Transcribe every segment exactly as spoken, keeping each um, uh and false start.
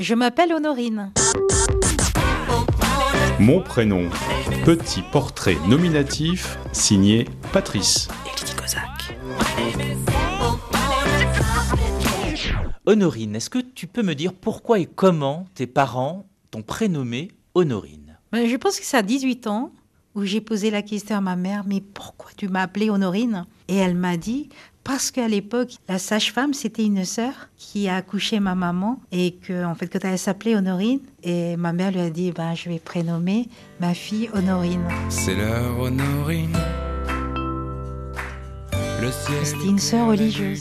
Je m'appelle Honorine. Mon prénom, petit portrait nominatif signé Patrice. Honorine, est-ce que tu peux me dire pourquoi et comment tes parents t'ont prénommée Honorine ? Je pense que c'est à dix-huit ans où j'ai posé la question à ma mère, mais pourquoi tu m'as appelée Honorine ? Et elle m'a dit, parce qu'à l'époque, la sage-femme, c'était une sœur qui a accouché ma maman et que, en fait, quand elle s'appelait Honorine, et ma mère lui a dit, ben, je vais prénommer ma fille Honorine. C'est l'heure Honorine. Le ciel C'était une sœur religieuse.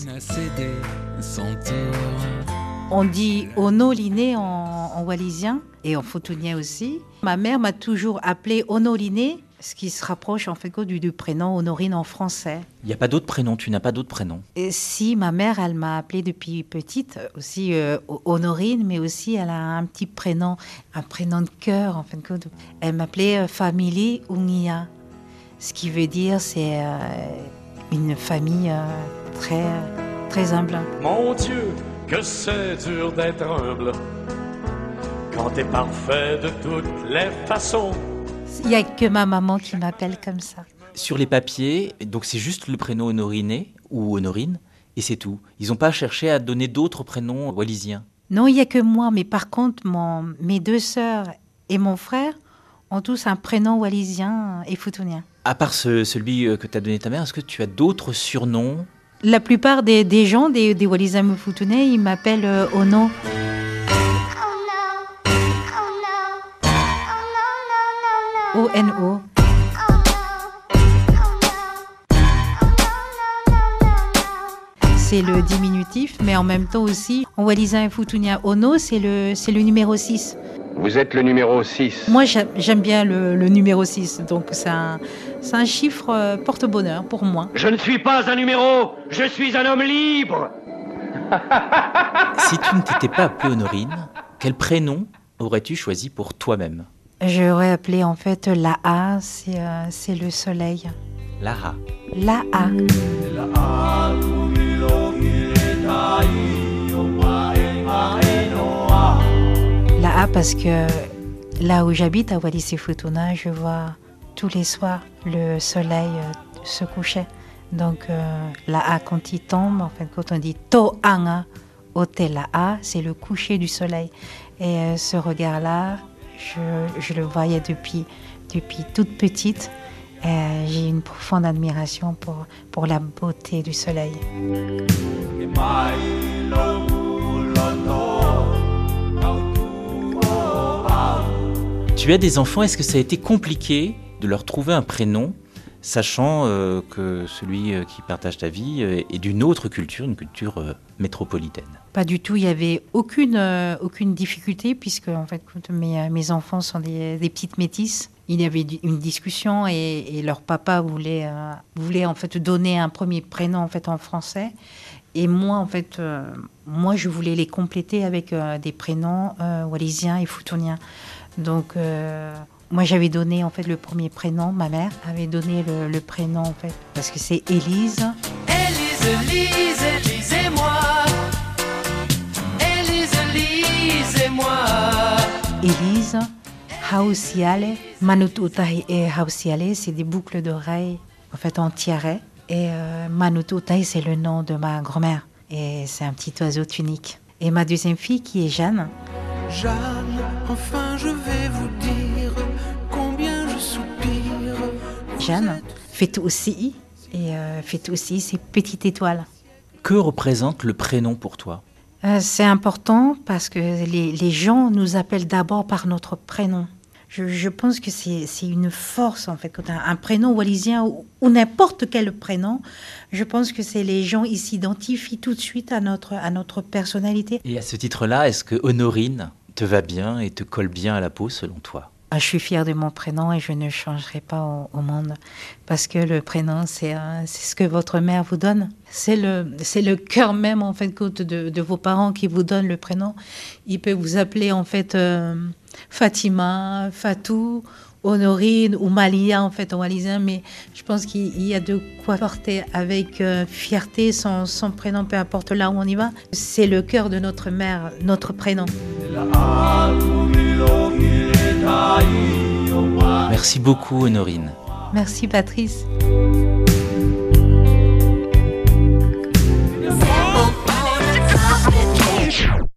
On dit Honoliné en, en wallisien et en foutounien aussi. Ma mère m'a toujours appelée Honoliné, ce qui se rapproche en fait du, du prénom Honorine en français. Il n'y a pas d'autres prénoms, tu n'as pas d'autres prénoms ? Et si, ma mère, elle m'a appelée depuis petite aussi euh, Honorine, mais aussi elle a un petit prénom, un prénom de cœur en fin de compte. Elle m'appelait euh, Family Ungia, ce qui veut dire c'est euh, une famille euh, très, très humble. Mon Dieu, que c'est dur d'être humble quand t'es parfait de toutes les façons. Il n'y a que ma maman qui m'appelle comme ça. Sur les papiers, donc c'est juste le prénom Honorine ou Honorine, et c'est tout. Ils n'ont pas cherché à donner d'autres prénoms wallisiens. Non, il n'y a que moi, mais par contre, mon, mes deux sœurs et mon frère ont tous un prénom wallisien et foutounien. À part ce, celui que t'as donné ta mère, est-ce que tu as d'autres surnoms ? La plupart des, des gens, des, des Wallisiens foutounais, ils m'appellent euh, Ono. O N O. C'est le diminutif, mais en même temps aussi, en wallisin et foutounien, Ono, c'est le, c'est le numéro six. Vous êtes le numéro six. Moi, j'aime, j'aime bien le, le numéro six, donc c'est un, c'est un chiffre euh, porte-bonheur pour moi. Je ne suis pas un numéro, je suis un homme libre. Si tu ne t'étais pas appelée Honorine, quel prénom aurais-tu choisi pour toi-même ? J'aurais appelé en fait Laha, c'est, euh, c'est le soleil. Laha. Laha. Laha parce que là où j'habite, à Wallis-et-Futuna, je vois tous les soirs le soleil euh, se coucher. Donc euh, Laha, quand il tombe, en fait, quand on dit To'anga Ote Laha, c'est le coucher du soleil. Et euh, ce regard-là, je, je le voyais depuis, depuis toute petite. Euh, j'ai une profonde admiration pour, pour la beauté du soleil. Tu as des enfants, est-ce que ça a été compliqué de leur trouver un prénom, sachant euh, que celui euh, qui partage ta vie euh, est d'une autre culture, une culture euh, métropolitaine ? Pas du tout, il n'y avait aucune, euh, aucune difficulté, puisque en fait, mes, mes enfants sont des, des petites métisses. Il y avait une discussion et, et leur papa voulait, euh, voulait en fait donner un premier prénom en, fait, en français. Et moi, en fait, euh, moi, je voulais les compléter avec euh, des prénoms euh, wallisiens et foutouniens. Donc, euh, moi, j'avais donné en fait le premier prénom. Ma mère avait donné le, le prénom en fait parce que c'est Élise. Élise, Élise, Élise et moi. Élise, Élise et moi. Élise, Hausiale, Manututahi et Hausiale, c'est des boucles d'oreilles en fait en tiaret. Et euh, Manututahi, c'est le nom de ma grand-mère. Et c'est un petit oiseau tunique. Et ma deuxième fille qui est Jeanne. Jeanne, enfin je vais vous dire combien je soupire. Jeanne, fait aussi, et euh, fait aussi, c'est petite étoile. Que représente le prénom pour toi ? euh, C'est important parce que les, les gens nous appellent d'abord par notre prénom. Je, je pense que c'est, c'est une force, en fait, quand un, un prénom wallisien ou, ou n'importe quel prénom, je pense que c'est les gens, ils s'identifient tout de suite à notre, à notre personnalité. Et à ce titre-là, est-ce que Honorine te va bien et te colle bien à la peau, selon toi ? Ah, je suis fière de mon prénom et je ne changerai pas au, au monde. Parce que le prénom, c'est, euh, c'est ce que votre mère vous donne. C'est le, c'est le cœur même, en fait, de, de vos parents qui vous donnent le prénom. Il peut vous appeler, en fait... Euh, Fatima, Fatou, Honorine ou Malia en fait en wallisien, mais je pense qu'il y a de quoi porter avec euh, fierté son, son prénom, peu importe là où on y va. C'est le cœur de notre mère, notre prénom. Merci beaucoup, Honorine. Merci Patrice.